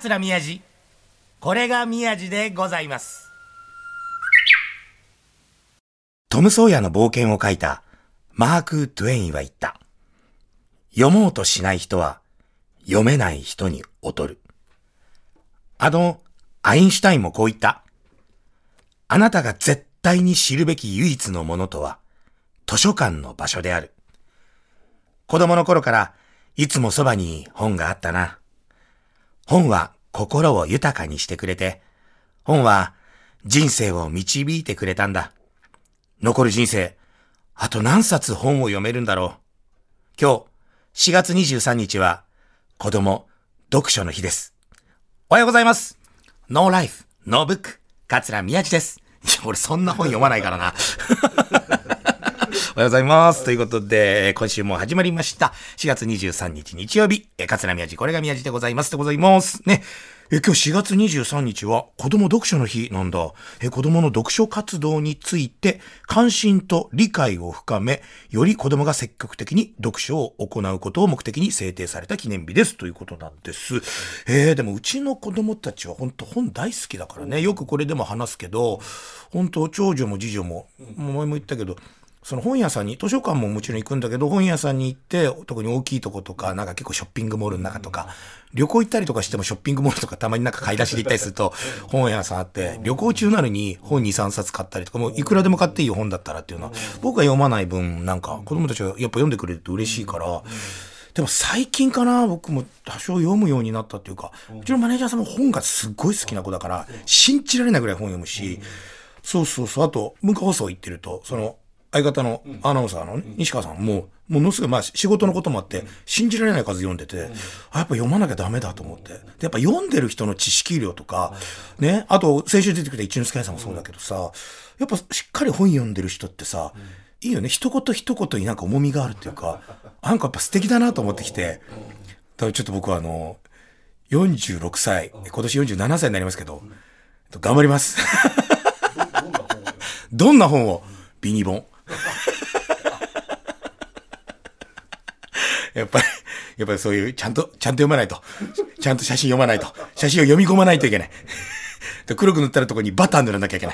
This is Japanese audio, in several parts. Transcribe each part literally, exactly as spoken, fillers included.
桂宮治、これが宮治でございます。トム・ソーヤの冒険を書いたマーク・トゥエインは言った。読もうとしない人は読めない人に劣る。あのアインシュタインもこう言った。あなたが絶対に知るべき唯一のものとは図書館の場所である。子供の頃からいつもそばに本があったな。本は心を豊かにしてくれて、本は人生を導いてくれたんだ。残る人生、あと何冊本を読めるんだろう。今日しがつにじゅうさんにちは子供読書の日です。おはようございます。ノーライフ、ノーブック、桂宮治です。いや、俺そんな本読まないからな。おはようございます。ということで、今週も始まりました。しがつにじゅうさんにち日曜日、桂宮治、これが宮治でございます。でございます。ね。え今日しがつにじゅうさんにちは子供読書の日なんだ。え子供の読書活動について関心と理解を深め、より子供が積極的に読書を行うことを目的に制定された記念日ですということなんです。えー、でもうちの子供たちは本当本大好きだからね。よくこれでも話すけど、本当長女も次女も前も言ったけど、その本屋さんに、図書館ももちろん行くんだけど、本屋さんに行って、特に大きいとことか、なんか結構ショッピングモールの中とか、旅行行ったりとかしてもショッピングモールとかたまになんか買い出しで行ったりすると、本屋さんあって、旅行中なのに本に、さんさつ買ったりとか、もういくらでも買っていいよ本だったらっていうのは、僕が読まない分、なんか子供たちがやっぱ読んでくれると嬉しいから、でも最近かな、僕も多少読むようになったっていうか、うちのマネージャーさんも本がすっごい好きな子だから、信じられないぐらい本読むし、そうそうそう、あと、文化放送行ってると、その、相方のアナウンサーの、ね、西川さんもものすごいまあ仕事のこともあって信じられない数読んでて、あやっぱ読まなきゃダメだと思って、でやっぱ読んでる人の知識量とかね、あと先週出てきた一之輔さんもそうだけどさ、やっぱしっかり本読んでる人ってさ、いいよね。一言一言になんか重みがあるっていうか、なんかやっぱ素敵だなと思ってきて、だからちょっと僕はあのよんじゅうろくさい、今年よんじゅうななさいになりますけど、頑張ります。どんな本を？ビニ本。やっぱり、やっぱりそういう、ちゃんと、ちゃんと読まないと。ちゃんと写真読まないと。写真を読み込まないといけない。で黒く塗ったらとこにバター塗らなきゃいけない。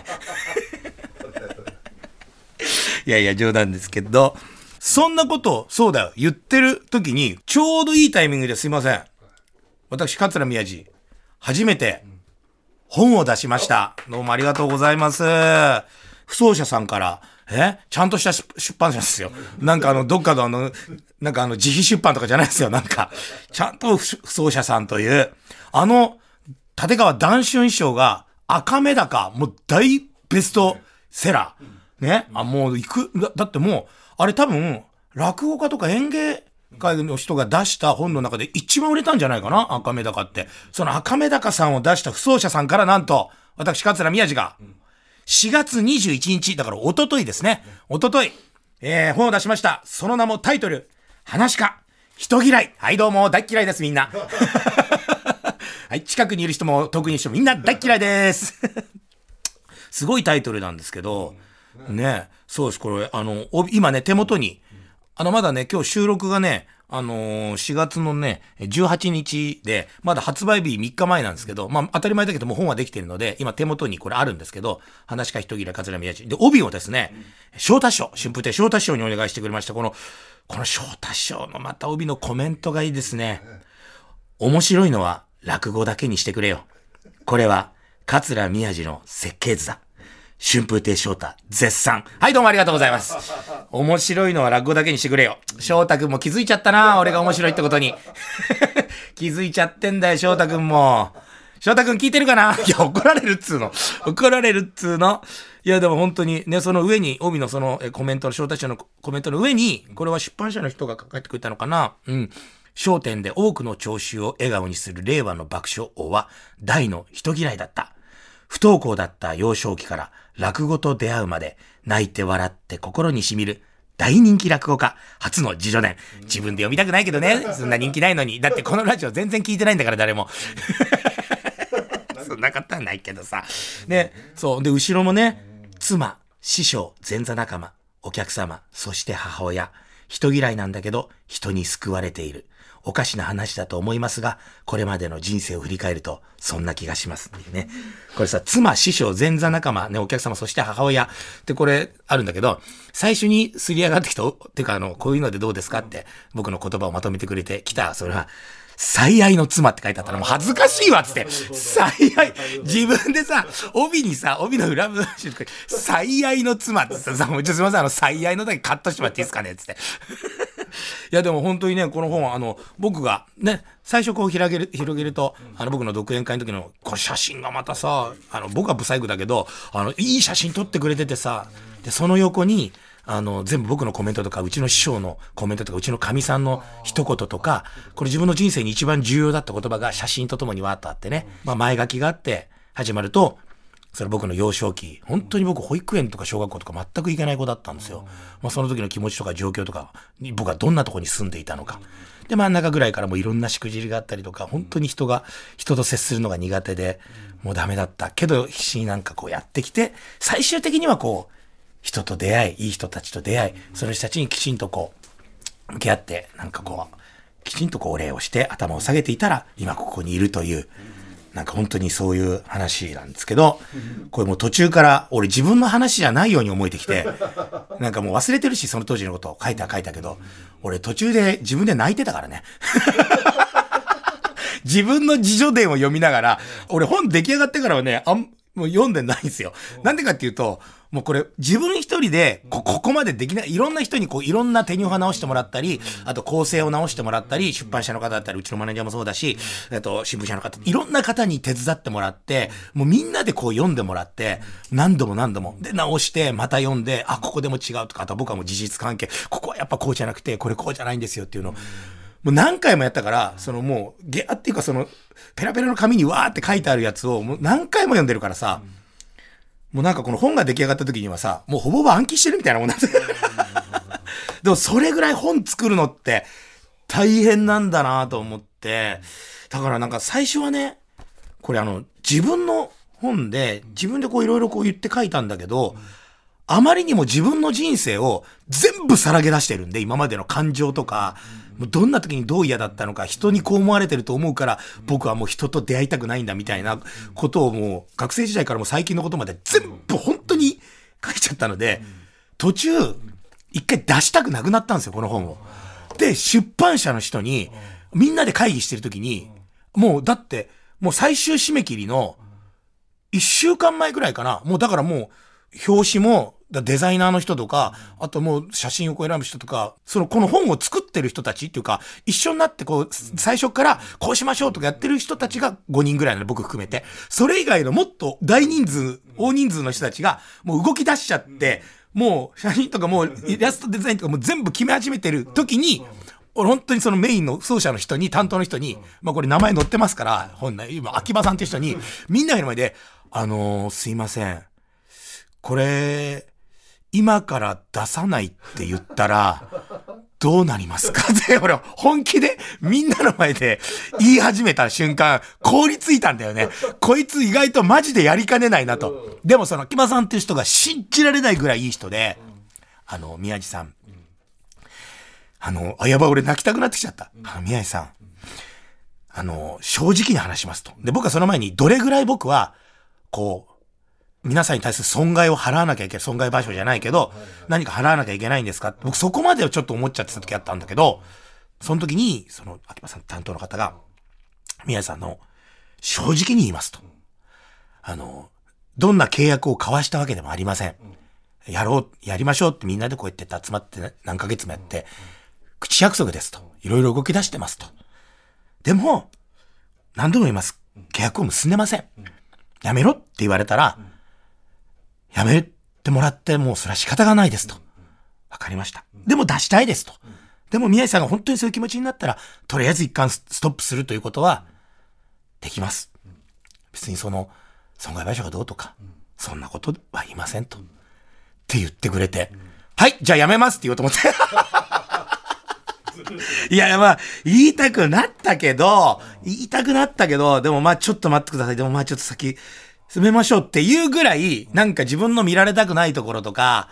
いやいや、冗談ですけど、そんなことを、そうだよ、言ってる時に、ちょうどいいタイミングですいません。私、桂宮治、初めて、本を出しました。どうもありがとうございます。不走者さんから、えちゃんとした出版社ですよ。なんかあの、どっかのあの、なんかあの、自費出版とかじゃないですよ。なんか、ちゃんと不走者さんという、あの、立川談春師匠が、赤目高、もう大ベストセラー。ね。あ、もう行く、だ, だってもう、あれ多分、落語家とか演芸界の人が出した本の中で一番売れたんじゃないかな、赤目高って。その赤目高さんを出した不走者さんからなんと、私、桂宮治が、しがつにじゅういちにち、だから一昨日ですね。一昨日、えー、本を出しました。その名もタイトル、話か、人嫌い。はい、どうも、大嫌いです、みんな。はい、近くにいる人も遠くにいる人もみんな大嫌いです。すごいタイトルなんですけど、ね、そうです、これ、あの、今ね、手元に、あの、まだね、今日収録がね、あのー、しがつのね、じゅうはちにちで、まだ発売日みっかまえなんですけど、まあ、当たり前だけども本はできているので、今手元にこれあるんですけど、話か人嫌い桂宮治。で、帯をですね、翔太師匠、春風亭昇太師匠にお願いしてくれました。この、この翔太師匠のまた帯のコメントがいいですね。面白いのは落語だけにしてくれよ。これは、桂宮治の設計図だ。春風亭昇太絶賛。はい、どうもありがとうございます。面白いのは落語だけにしてくれよ。翔太くんも気づいちゃったな、俺が面白いってことに。気づいちゃってんだよ、翔太くんも。翔太くん聞いてるかな？いや、怒られるっつーの。怒られるっつーの。いや、でも本当にね、その上に、帯のそのコメントの、翔太師匠のコメントの上に、これは出版社の人が書いてくれたのかな？うん。笑点で多くの聴衆を笑顔にする令和の爆笑王は、大の人嫌いだった。不登校だった幼少期から落語と出会うまで泣いて笑って心に染みる大人気落語家初の自叙伝。自分で読みたくないけどね、そんな人気ないのに。だってこのラジオ全然聞いてないんだから誰も。そんなことはないけどさ。で、そうで後ろもね、妻、師匠、前座仲間、お客様、そして母親、 人嫌いなんだけど、人に救われている。おかしな話だと思いますが、これまでの人生を振り返ると、そんな気がしますっていうね。これさ、妻、師匠、前座仲間、ね、お客様、そして母親ってこれあるんだけど、最初にすり上がってきた、っていうかあの、こういうのでどうですかって、僕の言葉をまとめてくれてきた、それは、最愛の妻って書いてあったらもう恥ずかしいわっつって。最愛。自分でさ、帯にさ、帯の裏文章とか、最愛の妻ってさ、もうちょっとすいません、あの、最愛のだけカットしてもらっていいですかねっつって。いやでも本当にね、この本はあの、僕がね、最初こう広げる、広げると、あの、僕の独演会の時の、これ写真がまたさ、あの、僕はブサイクだけど、あの、いい写真撮ってくれててさ、で、その横に、あの、全部僕のコメントとか、うちの師匠のコメントとか、うちの神さんの一言とか、これ自分の人生に一番重要だった言葉が写真とともにわーっとあってね、まあ前書きがあって、始まると、それ僕の幼少期、本当に僕保育園とか小学校とか全く行けない子だったんですよ。まあその時の気持ちとか状況とか、僕はどんなとこに住んでいたのか。で、真ん中ぐらいからもういろんなしくじりがあったりとか、本当に人が、人と接するのが苦手で、もうダメだったけど、必死になんかこうやってきて、最終的にはこう、人と出会い、いい人たちと出会い、その人たちにきちんとこう、向き合って、なんかこう、きちんとこうお礼をして頭を下げていたら、今ここにいるという、なんか本当にそういう話なんですけど、これもう途中から俺自分の話じゃないように思えてきて、なんかもう忘れてるし、その当時のことを書いた書いたけど、俺途中で自分で泣いてたからね。自分の自叙伝を読みながら、俺本出来上がってからはね、あん、もう読んでないんですよ。なんでかっていうと、もうこれ自分一人でこ、ここまでできない、いろんな人にこういろんな手にを直してもらったり、あと構成を直してもらったり、出版社の方だったり、うちのマネージャーもそうだし、あと新聞社の方、いろんな方に手伝ってもらって、もうみんなでこう読んでもらって、何度も何度も、で直して、また読んで、あ、ここでも違うとか、あと僕はもう事実関係、ここはやっぱこうじゃなくて、これこうじゃないんですよっていうのを、もう何回もやったから、そのもう、ゲアっていうかその、ペラペラの紙にわーって書いてあるやつを、もう何回も読んでるからさ、もうなんかこの本が出来上がった時にはさ、もうほぼほぼ暗記してるみたいなもんなんで。でもそれぐらい本作るのって大変なんだなと思って、だからなんか最初はね、これあの自分の本で自分でこういろいろこう言って書いたんだけど、あまりにも自分の人生を全部さらけ出してるんで、今までの感情とか、もうどんな時にどう嫌だったのか、人にこう思われてると思うから、僕はもう人と出会いたくないんだみたいなことをもう、学生時代からも最近のことまで全部本当に書いちゃったので、途中、一回出したくなくなったんですよ、この本を。で、出版社の人に、みんなで会議してる時に、もうだって、もう最終締め切りの、一週間前くらいかな、もうだからもう、表紙もデザイナーの人とか、あともう写真をこう選ぶ人とか、そのこの本を作ってる人たちっていうか、一緒になってこう、最初からこうしましょうとかやってる人たちがごにんぐらいなの、僕含めて。それ以外のもっと大人数、大人数の人たちがもう動き出しちゃって、もう写真とかもうイラストデザインとかもう全部決め始めてる時に、俺本当にそのメインの奏者の人に、担当の人に、まあこれ名前載ってますから、本来、今、秋葉さんっていう人に、みんなの前で、あのー、すいません。これ、今から出さないって言ったら、どうなりますかって、俺、本気でみんなの前で言い始めた瞬間、凍りついたんだよね。こいつ意外とマジでやりかねないなと。でもその、秋葉さんっていう人が信じられないぐらいいい人で、あの、宮地さん。あの、あ、やばい、俺泣きたくなってきちゃった。あの、宮地さん。あの、正直に話しますと。で、僕はその前に、どれぐらい僕は、こう、皆さんに対する損害を払わなきゃいけない。損害賠償じゃないけど、何か払わなきゃいけないんですか？僕そこまでをちょっと思っちゃってた時あったんだけど、その時に、その、秋葉さん担当の方が、宮地さんの、正直に言いますと。あの、どんな契約を交わしたわけでもありません。やろう、やりましょうってみんなでこうやって集まって何ヶ月もやって、口約束ですと。いろいろ動き出してますと。でも、何度も言います。契約を結んでません。やめろって言われたら、やめてもらってもうそれは仕方がないですと。わかりました。でも出したいですと。でも宮地さんが本当にそういう気持ちになったら、とりあえず一貫ストップするということは、できます。別にその、損害賠償がどうとか、そんなことは言いませんと。って言ってくれて、はい、じゃあやめますって言おうと思って。いや、まあ、言いたくなったけど、言いたくなったけど、でもまあちょっと待ってください。でもまあちょっと先、進めましょうっていうぐらい、なんか自分の見られたくないところとか、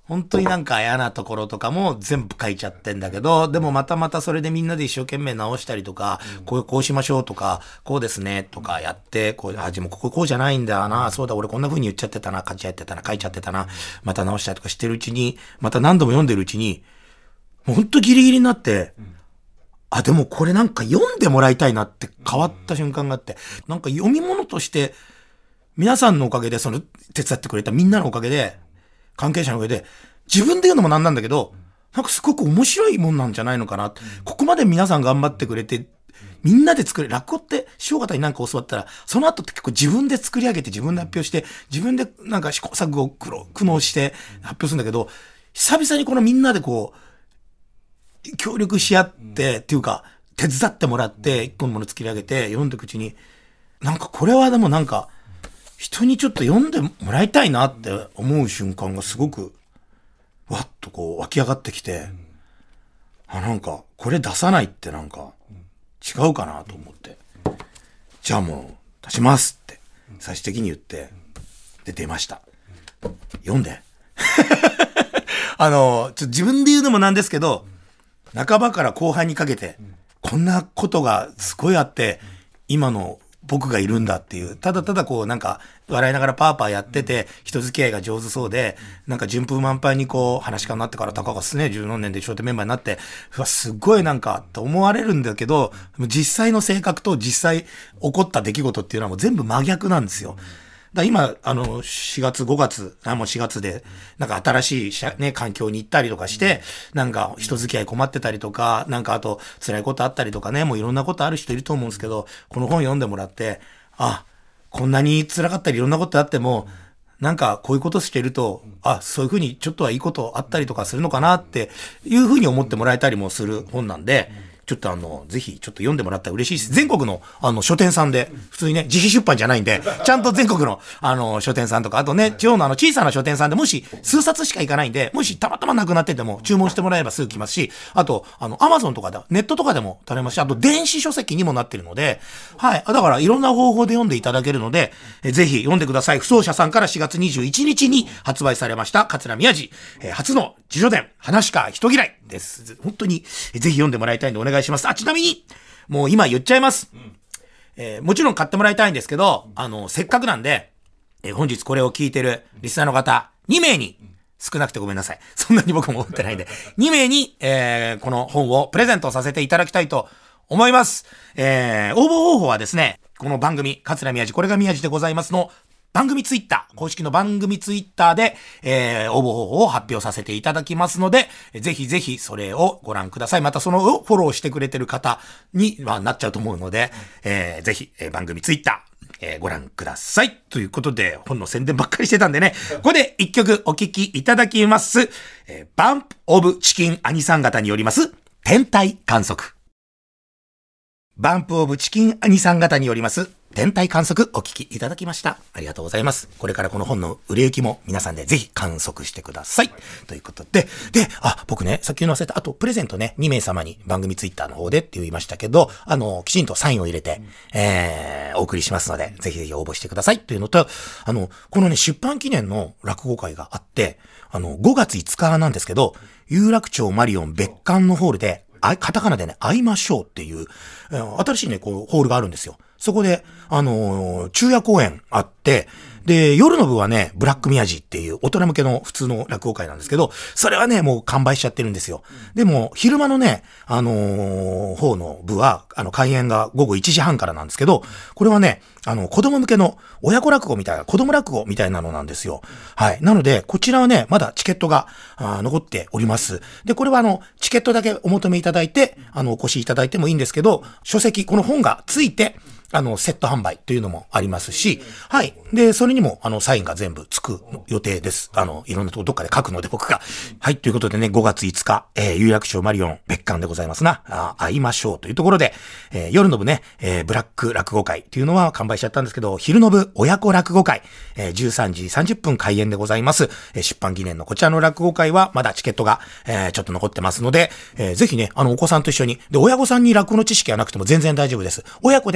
本当になんか嫌なところとかも全部書いちゃってんだけど、でもまたまたそれでみんなで一生懸命直したりとか、こう、こうしましょうとか、こうですねとかやって、こう、あ、でもこここうじゃないんだな、そうだ、俺こんな風に言っちゃってたな、書いちゃってたな、書いちゃってたな、また直したりとかしてるうちに、また何度も読んでるうちに、もう本当ギリギリになって、あ、でもこれなんか読んでもらいたいなって変わった瞬間があって、なんか読み物として、皆さんのおかげで、その、手伝ってくれたみんなのおかげで、関係者の上で、自分で言うのもなんなんだけど、なんかすごく面白いもんなんじゃないのかな。ここまで皆さん頑張ってくれて、みんなで作れ、落語って師匠方になんか教わったら、その後って結構自分で作り上げて自分で発表して、自分でなんか試行錯誤を苦労、苦悩して発表するんだけど、久々にこのみんなでこう、協力し合って、っていうか、手伝ってもらって、一個のもの作り上げて、読んでいくうちに、なんかこれはでもなんか、人にちょっと読んでもらいたいなって思う瞬間がすごくわっとこう湧き上がってきて、あ、なんかこれ出さないってなんか違うかなと思って、じゃあもう出しますって最終的に言って、で出ました。読んであのちょっと自分で言うのもなんですけど、半ばから後半にかけてこんなことがすごいあって今の僕がいるんだっていう、ただただこうなんか笑いながらパーパーやってて、人付き合いが上手そうで、なんか順風満帆にこう話し家になってからたかがすね、じゅうよねんで笑点メンバーになって、うわ、すっごいなんかと思われるんだけど、実際の性格と実際起こった出来事っていうのはもう全部真逆なんですよ。だ今、あの、しがつ、ごがつ、あ、もうしがつで、なんか新しいしゃ、ね、環境に行ったりとかして、なんか人付き合い困ってたりとか、なんかあと辛いことあったりとかね、もういろんなことある人いると思うんですけど、この本読んでもらって、あ、こんなに辛かったりいろんなことあっても、なんかこういうことしてると、あ、そういうふうにちょっとはいいことあったりとかするのかなっていうふうに思ってもらえたりもする本なんで、ちょっとあの、ぜひちょっと読んでもらったら嬉しいです。全国のあの書店さんで、普通にね、自費出版じゃないんで、ちゃんと全国のあの書店さんとか、あとね、地方のあの小さな書店さんでもし数冊しか行かないんで、もしたまたまなくなってても注文してもらえればすぐ来ますし、あと、あの、アマゾンとかで、ネットとかでも頼れますし、あと電子書籍にもなってるので、はい。だからいろんな方法で読んでいただけるので、えぜひ読んでください。不走者さんからしがつにじゅういちにちに発売されました、桂宮治、えー、初の自叙伝、話か人嫌いです。本当に、ぜひ読んでもらいたいんでお願いします。あ、ちなみに、もう今言っちゃいます。うん、えー、もちろん買ってもらいたいんですけど、あの、せっかくなんで、えー、本日これを聞いてるリスナーの方、にめいに、少なくてごめんなさい。そんなに僕も思ってないんで、にめいに、えー、この本をプレゼントさせていただきたいと思います。えー、応募方法はですね、この番組、桂宮治、これが宮治でございますの、番組ツイッター、公式の番組ツイッターで、えー、応募方法を発表させていただきますので、ぜひぜひそれをご覧ください。またそのフォローしてくれてる方に、まあ、なっちゃうと思うので、えー、ぜひ、えー、番組ツイッター、えー、ご覧ください。ということで、本の宣伝ばっかりしてたんでね、ここで一曲お聴きいただきます。えー、バンプオブチキン兄さん方によります、天体観測。バンプオブチキン兄さん方によります、天体観測お聞きいただきました。ありがとうございます。これからこの本の売れ行きも皆さんでぜひ観測してください。ということで、で、あ、僕ね、さっき言うの忘れた、あとプレゼントね、にめい様に番組ツイッターの方でって言いましたけど、あの、きちんとサインを入れて、えー、お送りしますので、ぜひぜひ応募してくださいというのと、あの、このね、出版記念の落語会があって、あの、ごがついつかなんですけど、有楽町マリオン別館のホールで、あ、カタカナでね、会いましょうっていう、えー、新しいね、こう、ホールがあるんですよ。そこで、あのー、昼夜公演あって、で、夜の部はね、ブラック宮治っていう大人向けの普通の落語会なんですけど、それはね、もう完売しちゃってるんですよ。でも、昼間のね、あのー、方の部は、あの、開演がごごいちじはんからなんですけど、これはね、あの、子供向けの親子落語みたいな、子供落語みたいなのなんですよ。はい。なので、こちらはね、まだチケットがあ残っております。で、これはあの、チケットだけお求めいただいて、あの、お越しいただいてもいいんですけど、書籍、この本がついて、あの、セット販売というのもありますし、はい。で、それにも、あの、サインが全部つく予定です。あの、いろんなとこどっかで書くので僕が。はい。ということでね、ごがついつか、えー、有楽町マリオン別館でございますな。あ、会いましょうというところで、えー、夜の部ね、えー、ブラック落語会というのは完売しちゃったんですけど、昼の部親子落語会、えー、じゅうさんじさんじゅっぷん開演でございます。えー、出版記念のこちらの落語会は、まだチケットが、えー、ちょっと残ってますので、えー、ぜひね、あの、お子さんと一緒に、で、親御さんに落語の知識がなくても全然大丈夫です。親子で楽しめ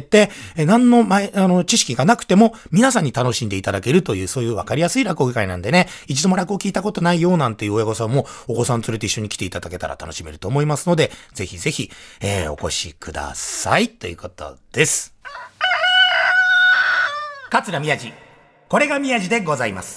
めて、え何の前、あの、知識がなくても、皆さんに楽しんでいただけるという、そういうわかりやすい落語会なんでね、一度も落語聞いたことないよなんていう親御さんも、お子さん連れて一緒に来ていただけたら楽しめると思いますので、ぜひぜひ、えー、お越しください。ということです。桂宮治。これが宮治でございます。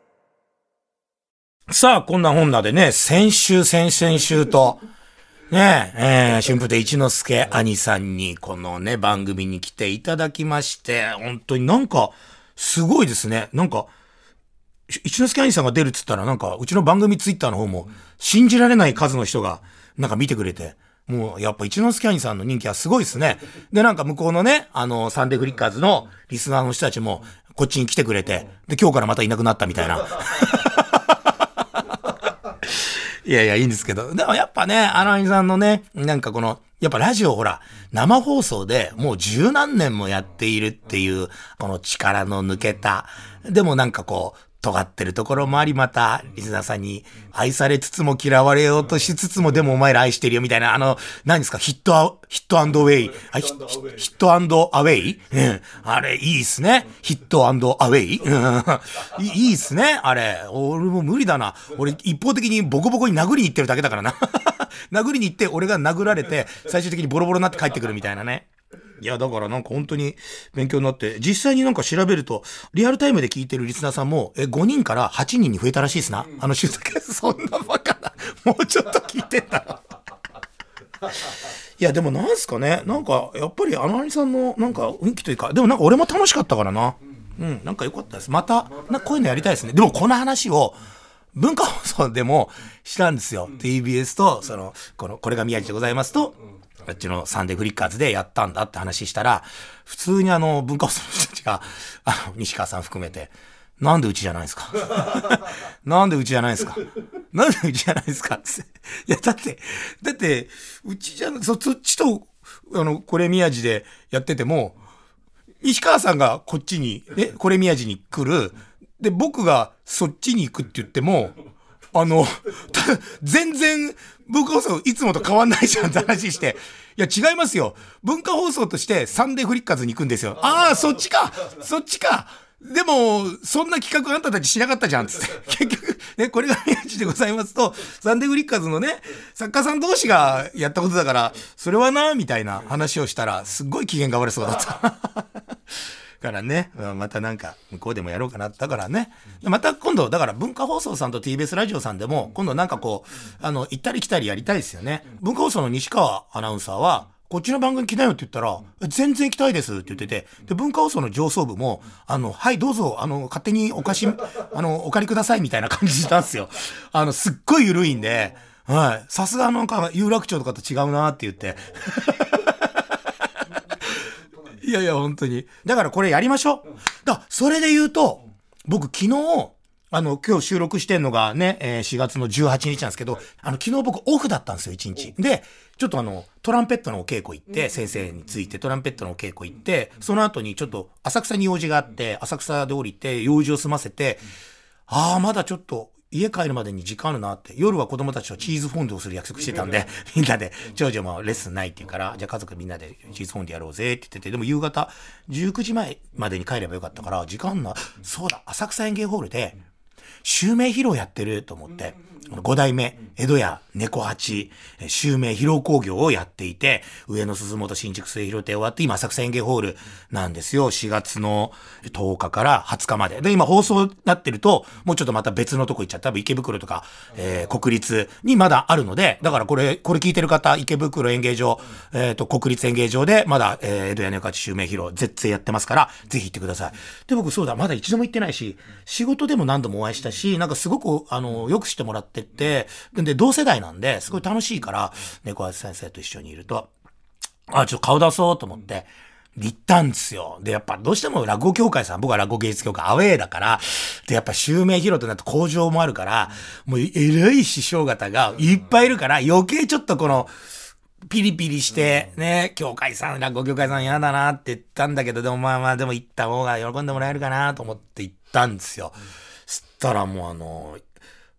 さあ、こんな本なでね、先週、先々週と、ねえ、えー、春風亭一之輔兄さんに、このね、番組に来ていただきまして、本当になんか、すごいですね。なんか、一之輔兄さんが出るっつったら、なんか、うちの番組ツイッターの方も、信じられない数の人が、なんか見てくれて、もう、やっぱ一之輔兄さんの人気はすごいですね。で、なんか向こうのね、あの、サンデーフリッカーズのリスナーの人たちも、こっちに来てくれて、で、今日からまたいなくなったみたいな。いやいや、いいんですけど。でもやっぱね、あの兄さんのね、なんかこの、やっぱラジオほら、生放送でもう十何年もやっているっていう、この力の抜けた、でもなんかこう、尖ってるところもあり、また、リスナーさんに愛されつつも嫌われようとしつつも、でもお前ら愛してるよみたいな、あの、何ですか、ヒットア、ヒットアンドウェイ。あヒヒットアンドアウェイ、うん、あれ、いいっすね。ヒットアンドアウェイ、うん、いいいっすね。あれ、俺も無理だな。俺、一方的にボコボコに殴りに行ってるだけだからな。殴りに行って、俺が殴られて、最終的にボロボロになって帰ってくるみたいなね。いや、だからなんか本当に勉強になって、実際になんか調べると、リアルタイムで聞いてるリスナーさんも、え、ごにんからはちにんに増えたらしいですな。あの、修作、そんなバカな。もうちょっと聞いてんだろ。いや、でもなんすかね。なんか、やっぱりあの兄さんのなんか運気というか、でもなんか俺も楽しかったからな。うん、なんか良かったです。また、なんかこういうのやりたいですね。でもこの話を、文化放送でもしたんですよ。ティービーエス と、その、この、これが宮治でございますと、あっちのサンデーフリッカーズでやったんだって話したら、普通にあの、文化放送の人たちが、あの、西川さん含めて、なんでうちじゃないですかなんでうちじゃないですかなんでうちじゃないですかって。いや、だって、だって、うちじゃ、そ、そっちと、あの、これ宮治でやってても、西川さんがこっちに、ね、これ宮治に来る。で、僕がそっちに行くって言っても、あの、全然文化放送いつもと変わんないじゃんって話して。いや違いますよ。文化放送としてサンデーフリッカーズに行くんですよ。ああ、そっちかそっちかでも、そんな企画あんたたちしなかったじゃんつって。結局、ね、これが宮治でございますと、サンデーフリッカーズのね、作家さん同士がやったことだから、それはな、みたいな話をしたら、すっごい機嫌が悪そうだった。からね、またなんか向こうでもやろうかなだからね、また今度だから文化放送さんと ティービーエス ラジオさんでも今度なんかこうあの行ったり来たりやりたいですよね。文化放送の西川アナウンサーはこっちの番組来なよって言ったら全然行きたいですって言ってて、で文化放送の上層部もあのはいどうぞあの勝手にお貸しあのお借りくださいみたいな感じなんですよ。あのすっごい緩いんで、はい、さすがなんか有楽町とかと違うなって言っていやいや本当にだからこれやりましょう。だそれで言うと僕昨日あの今日収録してんのがね、えー、しがつのじゅうはちにちなんですけど、あの昨日僕オフだったんですよいちにちで、ちょっとあのトランペットのお稽古行って、先生についてトランペットのお稽古行って、その後にちょっと浅草に用事があって浅草で降りて用事を済ませて、ああまだちょっと家帰るまでに時間あるなって、夜は子供たちとチーズフォンデュをする約束してたんで、みんなで長女もレッスンないって言うから、じゃあ家族みんなでチーズフォンデュやろうぜって言ってて、でも夕方じゅうくじまえまでに帰ればよかったから時間な、そうだ浅草園芸ホールで襲名披露やってると思って、ご代目江戸屋猫八襲名披露興行をやっていて、上野鈴本新宿末広亭終わって今浅草園芸ホールなんですよ。しがつのとおかからはつかまでで、今放送になってるともうちょっとまた別のとこ行っちゃった、多分池袋とか、えー、国立にまだあるので、だからこれこれ聞いてる方池袋演芸場、えー、と国立演芸場でまだ、えー、江戸屋猫八襲名披露絶対やってますから、ぜひ行ってください。で僕そうだまだ一度も行ってないし、仕事でも何度もお会いしたし、なんかすごくあのよくしてもらってって、で同世代なんですごい楽しいから、猫八先生と一緒にいると、あちょっと顔出そうと思って行ったんですよ。でやっぱどうしても落語協会さん、僕は落語芸術協会アウェーだから、でやっぱ襲名披露となって工場もあるから、もう偉い師匠方がいっぱいいるから、余計ちょっとこのピリピリしてね、協会さん落語協会さん嫌だなって言ったんだけど、でもまあまあでも行った方が喜んでもらえるかなと思って行ったんですよ。そしたらもうあの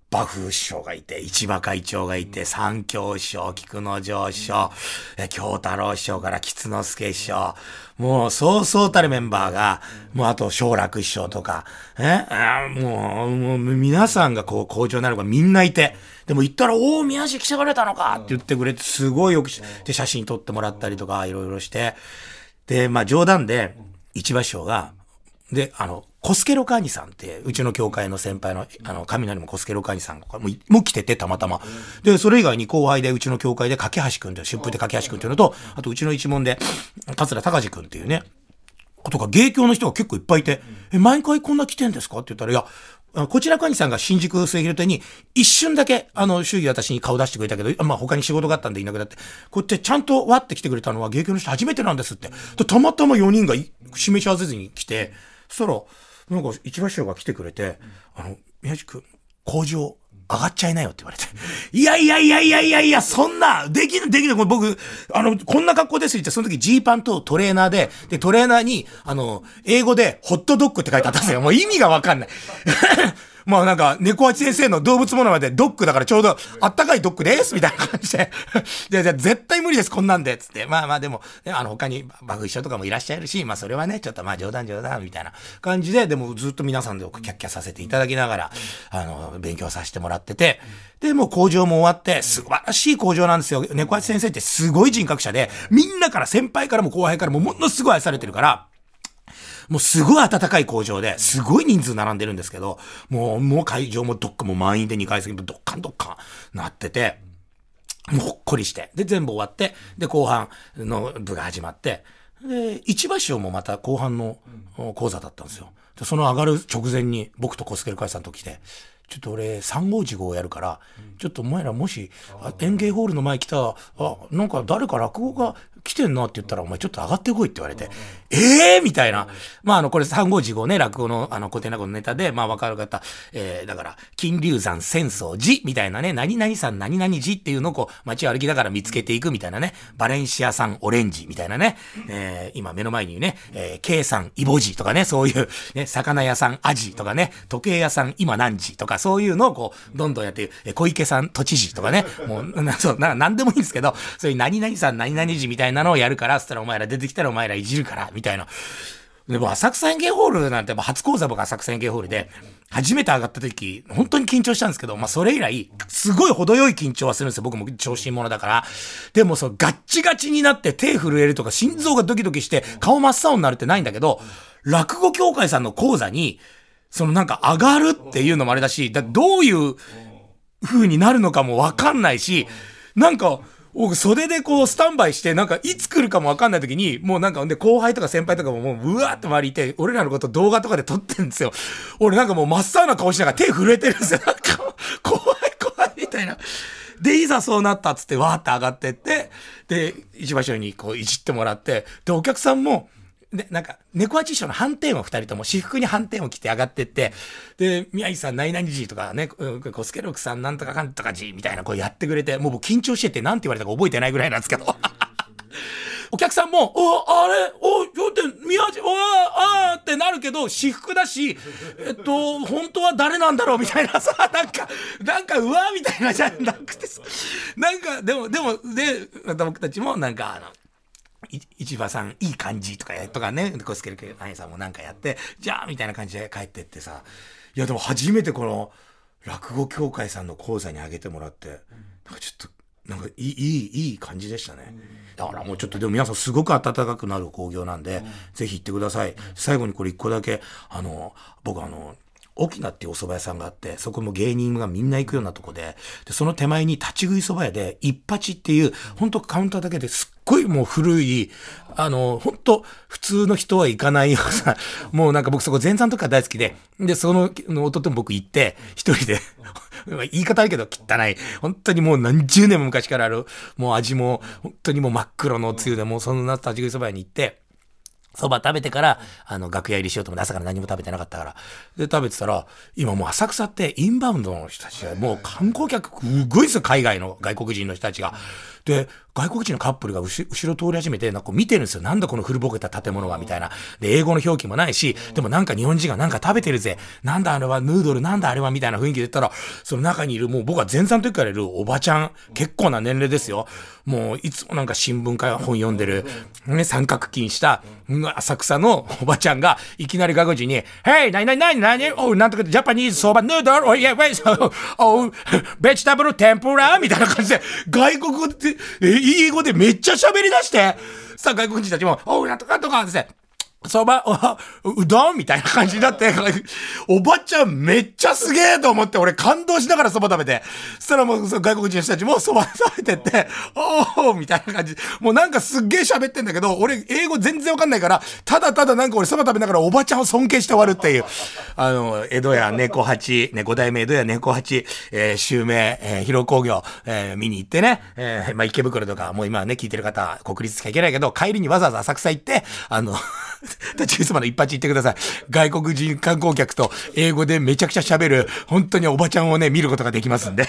馬風師匠がいて、市場会長がいて、三京師匠、菊之丞師匠、京太郎師匠から吉之助師匠、もうそうそうたるメンバーが、もうあと小楽師匠とか、えあもう、もう皆さんがこう校長になるからみんないて、でも行ったら、おー、宮地来てくれたのかって言ってくれて、すごいよくし、で、写真撮ってもらったりとか、いろいろして、で、まあ冗談で、市場師匠が、で、あの、コスケロカーニさんって、うちの教会の先輩の、あの、雷もコスケロカーニさんが、もう、もう来てて、たまたま。で、それ以外に後輩で、うちの教会で、架橋くんって、春風で架橋くんっていうのと、あと、うちの一門で、桂隆司くんっていうね、とか、芸協の人が結構いっぱいいて、え、毎回こんな来てんですかって言ったら、いや、こちらかにさんが新宿末広亭に一瞬だけ、あの、祝儀私に顔出してくれたけど、まあ他に仕事があったんでいなくなって、こうやってちゃんとわって来てくれたのは芸協の人初めてなんですって。でたまたまよにんが示し合わせずに来て、そしたら、なんか市場師匠が来てくれて、あの、宮地君、工場、上がっちゃいなよって言われて。いやいやいやいやいやいや、そんな、できる、できる、僕、あの、こんな格好ですって、その時ジーパンとトレーナーで、で、トレーナーに、あの、英語で、ホットドッグって書いてあったんですよ。もう意味がわかんない。まあなんか、猫八先生の動物物までドッグだからちょうど、あったかいドッグですみたいな感じで。じゃじゃ絶対無理です、こんなんで。つって。まあまあでも、ね、あの、他にバグ一緒とかもいらっしゃるし、まあそれはね、ちょっとまあ冗談冗談みたいな感じで、でもずっと皆さんでキャッキャさせていただきながら、あの、勉強させてもらってて、で、もう工場も終わって、素晴らしい工場なんですよ。猫八先生ってすごい人格者で、みんなから先輩からも後輩からもものすごい愛されてるから、もうすごい暖かい工場で、すごい人数並んでるんですけど、もう、もう会場もどっかも満員でにかい席もどっかんどっかんなってて、もうほっこりして、で、全部終わって、で、後半の部が始まって、で、市場師匠もまた後半の講座だったんですよ。で、その上がる直前に、僕とコスケルカイさんと来て、ちょっと俺、三号次号をやるから、ちょっとお前らもし、演芸ホールの前来たら、あ、なんか誰か落語が来てんなって言ったら、お前ちょっと上がってこいって言われて、ええー、みたいな。まあ、あの、これ三号次号ね、落語の、あの、古典落語のネタで、まあ、わかる方、えー、だから、金龍山浅草寺みたいなね、何々さん何々寺っていうのをこう、街を歩きながら見つけていくみたいなね、バレンシアさんオレンジみたいなね、えー、今目の前にね、えー、K さんイボジとかね、そういう、ね、魚屋さんアジとかね、時計屋さん今何時とか、そういうのをこう、どんどんやって、えー、小池さん都知事とかね、もう、な、そう、な、なんでもいいんですけど、そういう何々さん何々寺みたいなのをやるから、つったらお前ら出てきたらお前らいじるから、みたいな。でも浅草演芸ホールなんて、初講座僕浅草演芸ホールで、初めて上がった時、本当に緊張したんですけど、まあそれ以来、すごい程よい緊張はするんですよ。僕も調子者だから。でもそう、ガッチガチになって手震えるとか、心臓がドキドキして、顔真っ青になるってないんだけど、落語協会さんの講座に、そのなんか上がるっていうのもあれだし、だどういう風になるのかもわかんないし、なんか、僕袖でこうスタンバイして、なんかいつ来るかもわかんない時に、もうなんかで後輩とか先輩とかももううわーって周りいて、俺らのこと動画とかで撮ってるんですよ。俺なんかもう真っ青な顔しながら手震えてるんですよ。なんか怖い怖いみたいな。で、いざそうなったっつってわーって上がってって、で、市場所にこういじってもらって、で、お客さんも、で、なんか、猫八師匠の反転を二人とも私服に反転を着て上がってって、で、宮城さん何々じとかね、コスケロクさんなんとかかんとかじみたいなこうやってくれて、もう僕緊張しててなんて言われたか覚えてないぐらいなんですけど。お客さんも、お、あれ、お、ちょっと、宮地、おあーってなるけど、私服だし、えっと、本当は誰なんだろうみたいなさ、なんか、なんか、うわーみたいなじゃなくてさ、なんか、でも、でも、で、僕たちもなんか、あの、市場さんいい感じとかやとかね、コスケルケアイさんもなんかやって、じゃあみたいな感じで帰ってってさ、いやでも初めてこの落語協会さんの講座にあげてもらって、なんかちょっとなんかいいいいいい感じでしたね。だからもうちょっとでも皆さんすごく温かくなる興行なんで、ぜひ行ってください。最後にこれ一個だけ、あの僕あの沖縄っていうお蕎麦屋さんがあって、そこも芸人がみんな行くようなとこで、で、その手前に立ち食い蕎麦屋で、一八っていう、ほんとカウンターだけですっごいもう古い、あの、ほんと普通の人は行かないような、もうなんか僕そこ前山とか大好きで、で、その、の弟とも僕行って、一人で、言い方あるけど汚い、本当にもう何十年も昔からある、もう味も、本当にもう真っ黒のつゆで、もうそんな立ち食い蕎麦屋に行って、 そば食べてからあの楽屋入りしようと思って朝から何も食べてなかったからで食べてたら今もう浅草ってインバウンドの人たちがもう観光客すごいですよ海外の外国人の人たちがで外国人のカップルが後ろ通り始めてなんかこう見てるんですよなんだこの古ぼけた建物はみたいなで英語の表記もないしでもなんか日本人がなんか食べてるぜなんだあれはヌードルなんだあれはみたいな雰囲気で言ったらその中にいるもう僕は前座の時からいるおばちゃん結構な年齢ですよもういつもなんか新聞か本読んでる、ね、三角筋した浅草のおばちゃんがいきなり外国人に「Hey! なになになになにおうなんとかジャパニーズそばヌードルおいやウェイおうベジタブル天ぷら」みたいな感じで外国語って英語でめっちゃ喋り出してさあ外国人たちも「おうなんとかとか」ですねそば、うどんみたいな感じになって、おばちゃんめっちゃすげえと思って、俺感動しながらそば食べて、そしたらもうその外国人の人たちもそば食べてって、おーみたいな感じ。もうなんかすっげえ喋ってんだけど、俺英語全然わかんないから、ただただなんか俺そば食べながらおばちゃんを尊敬して終わるっていう。あの、江戸屋猫八、猫代目江戸屋猫八、えー、襲名、えー、広工業、えー、見に行ってね、えー、まあ、池袋とか、もう今ね、聞いてる方、国立しか行けないけど、帰りにわざわざ浅草行って、あの、立ち嘘まで一発行ってください。外国人観光客と英語でめちゃくちゃ喋る、本当におばちゃんをね、見ることができますんで。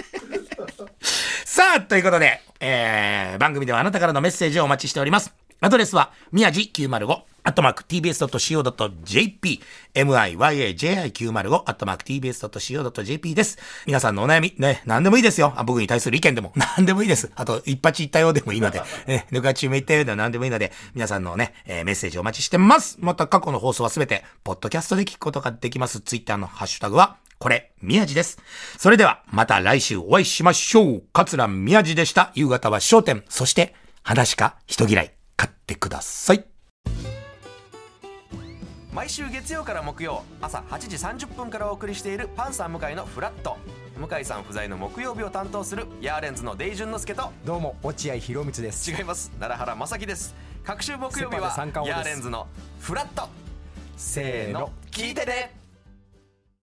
さあ、ということで、えー、番組ではあなたからのメッセージをお待ちしております。アドレスは、宮地きゅうまるご、アットマーク ティービーエスドットシーオードットジェーピー、ミヤジきゅうまるご、アットマーク ティービーエスドットシーオードットジェーピー です。皆さんのお悩み、ね、何でもいいですよ。あ僕に対する意見でも、何でもいいです。あと、一発言ったようでもいいので、ね、ぬかちめ言ったようでも何でもいいので、皆さんのね、えー、メッセージお待ちしてます。また過去の放送はすべて、ポッドキャストで聞くことができます。ツイッターのハッシュタグは、これ、宮地です。それでは、また来週お会いしましょう。桂宮地でした。夕方は笑点。そして、話か人嫌い。買ってください。 毎週月曜から木曜朝はちじさんじゅっぷんからお送りしているパンサー向井のフラット。向井さん不在の木曜日を担当するヤーレンズのデイジュンの之介と、 どうも落合博満です。 違います、奈良原正樹です。各週木曜日はヤーレンズのフラット。せーの聞いてね。